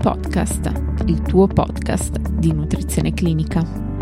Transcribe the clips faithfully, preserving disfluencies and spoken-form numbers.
Podcast, il tuo podcast di nutrizione clinica.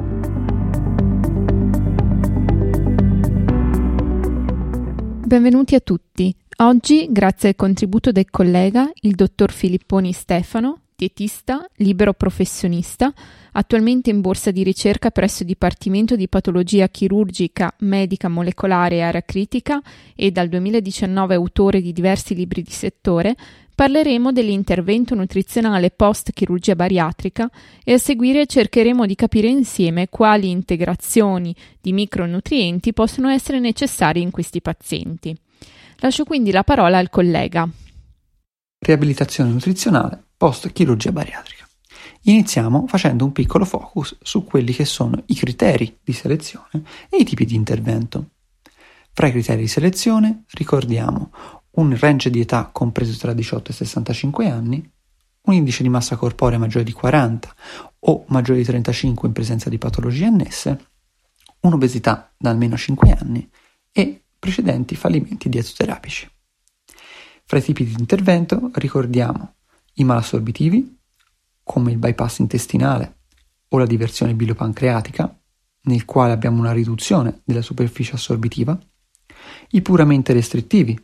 Benvenuti a tutti. Oggi, grazie al contributo del collega, il dottor Filipponi Stefano, dietista, libero professionista, attualmente in borsa di ricerca presso il Dipartimento di Patologia Chirurgica, Medica Molecolare e Area Critica e dal duemiladiciannove autore di diversi libri di settore, parleremo dell'intervento nutrizionale post-chirurgia bariatrica e a seguire cercheremo di capire insieme quali integrazioni di micronutrienti possono essere necessarie in questi pazienti. Lascio quindi la parola al collega. Riabilitazione nutrizionale post-chirurgia bariatrica. Iniziamo facendo un piccolo focus su quelli che sono i criteri di selezione e i tipi di intervento. Fra i criteri di selezione ricordiamo un range di età compreso tra diciotto e sessantacinque anni, un indice di massa corporea maggiore di quaranta o maggiore di trentacinque in presenza di patologie annesse, un'obesità da almeno cinque anni e precedenti fallimenti dietoterapici. Fra i tipi di intervento ricordiamo i malassorbitivi, come il bypass intestinale o la diversione bilopancreatica, nel quale abbiamo una riduzione della superficie assorbitiva, i puramente restrittivi,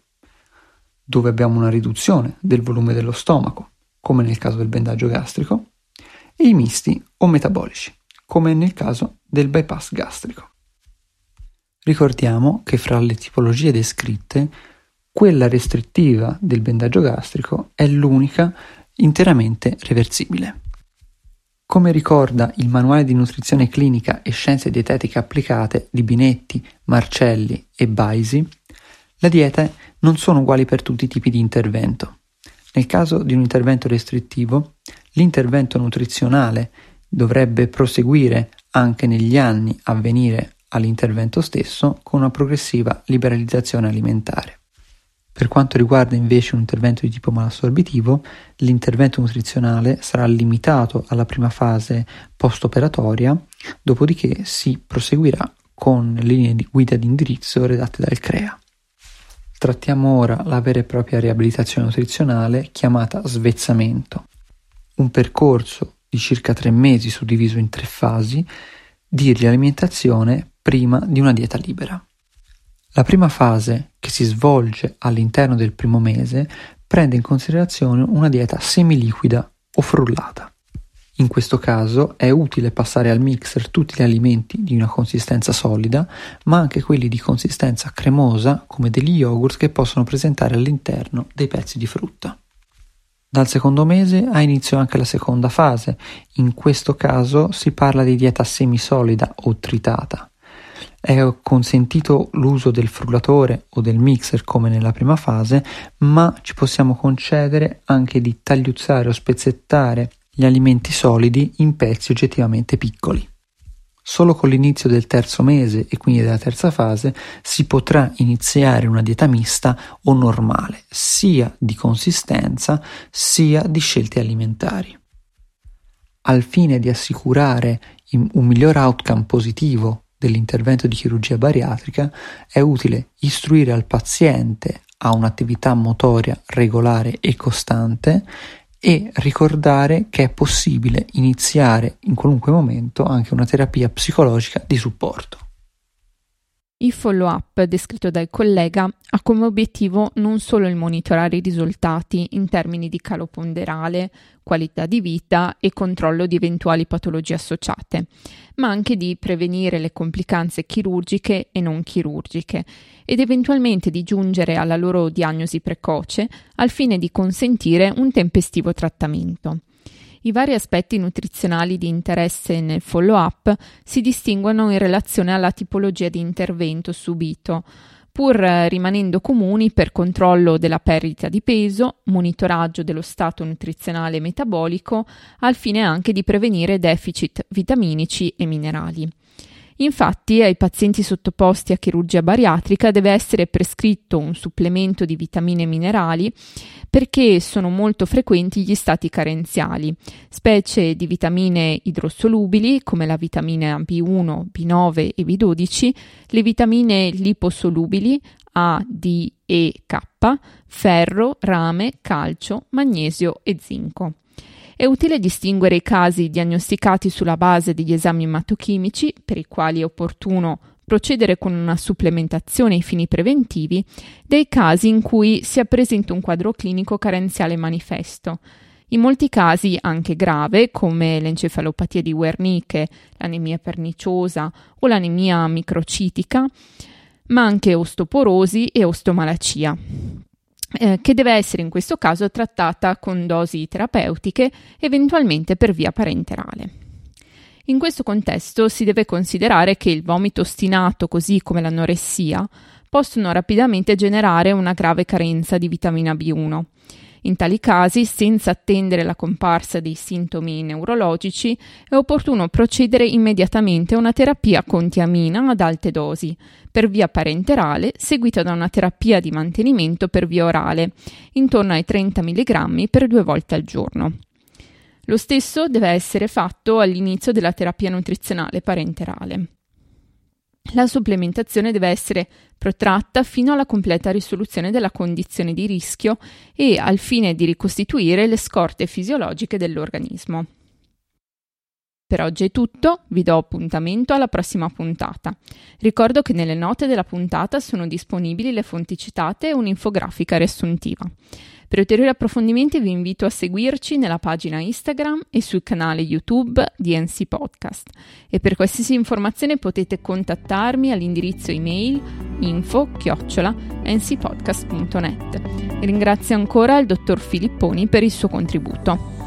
dove abbiamo una riduzione del volume dello stomaco, come nel caso del bendaggio gastrico, e i misti o metabolici, come nel caso del bypass gastrico. Ricordiamo che fra le tipologie descritte, quella restrittiva del bendaggio gastrico è l'unica interamente reversibile. Come ricorda il Manuale di Nutrizione Clinica e Scienze Dietetiche Applicate di Binetti, Marcelli e Baisi, le diete non sono uguali per tutti i tipi di intervento. Nel caso di un intervento restrittivo, l'intervento nutrizionale dovrebbe proseguire anche negli anni a venire all'intervento stesso con una progressiva liberalizzazione alimentare. Per quanto riguarda invece un intervento di tipo malassorbitivo, l'intervento nutrizionale sarà limitato alla prima fase post-operatoria, dopodiché si proseguirà con le linee di guida di indirizzo redatte dal C R E A. Trattiamo ora la vera e propria riabilitazione nutrizionale chiamata svezzamento, un percorso di circa tre mesi suddiviso in tre fasi di rialimentazione prima di una dieta libera. La prima fase, che si svolge all'interno del primo mese, prende in considerazione una dieta semiliquida o frullata. In questo caso è utile passare al mixer tutti gli alimenti di una consistenza solida, ma anche quelli di consistenza cremosa, come degli yogurt che possono presentare all'interno dei pezzi di frutta. Dal secondo mese ha inizio anche la seconda fase. In questo caso si parla di dieta semisolida o tritata. È consentito l'uso del frullatore o del mixer come nella prima fase, ma ci possiamo concedere anche di tagliuzzare o spezzettare gli alimenti solidi in pezzi oggettivamente piccoli. Solo con l'inizio del terzo mese e quindi della terza fase si potrà iniziare una dieta mista o normale, sia di consistenza sia di scelte alimentari. Al fine di assicurare un miglior outcome positivo dell'intervento di chirurgia bariatrica, è utile istruire al paziente a un'attività motoria regolare e costante e ricordare che è possibile iniziare in qualunque momento anche una terapia psicologica di supporto. Il follow-up descritto dal collega ha come obiettivo non solo il monitorare i risultati in termini di calo ponderale, qualità di vita e controllo di eventuali patologie associate, ma anche di prevenire le complicanze chirurgiche e non chirurgiche ed eventualmente di giungere alla loro diagnosi precoce al fine di consentire un tempestivo trattamento. I vari aspetti nutrizionali di interesse nel follow-up si distinguono in relazione alla tipologia di intervento subito, pur rimanendo comuni per controllo della perdita di peso, monitoraggio dello stato nutrizionale e metabolico, al fine anche di prevenire deficit vitaminici e minerali. Infatti, ai pazienti sottoposti a chirurgia bariatrica deve essere prescritto un supplemento di vitamine e minerali perché sono molto frequenti gli stati carenziali, specie di vitamine idrosolubili come la vitamina B uno, B nove e B dodici, le vitamine liposolubili A, D, E, K, ferro, rame, calcio, magnesio e zinco. È utile distinguere i casi diagnosticati sulla base degli esami ematochimici, per i quali è opportuno procedere con una supplementazione ai fini preventivi, dei casi in cui sia presente un quadro clinico carenziale manifesto. In molti casi anche grave, come l'encefalopatia di Wernicke, l'anemia perniciosa o l'anemia microcitica, ma anche ostoporosi e ostomalacia, eh, che deve essere in questo caso trattata con dosi terapeutiche, eventualmente per via parenterale. In questo contesto si deve considerare che il vomito ostinato, così come l'anoressia, possono rapidamente generare una grave carenza di vitamina B uno. In tali casi, senza attendere la comparsa dei sintomi neurologici, è opportuno procedere immediatamente a una terapia con tiamina ad alte dosi, per via parenterale, seguita da una terapia di mantenimento per via orale, intorno ai trenta milligrammi per due volte al giorno. Lo stesso deve essere fatto all'inizio della terapia nutrizionale parenterale. La supplementazione deve essere protratta fino alla completa risoluzione della condizione di rischio e al fine di ricostituire le scorte fisiologiche dell'organismo. Per oggi è tutto, vi do appuntamento alla prossima puntata. Ricordo che nelle note della puntata sono disponibili le fonti citate e un'infografica riassuntiva. Per ulteriori approfondimenti vi invito a seguirci nella pagina Instagram e sul canale YouTube di N C Podcast. E per qualsiasi informazione potete contattarmi all'indirizzo email info chiocciola n c podcast punto net. Ringrazio ancora il dottor Filipponi per il suo contributo.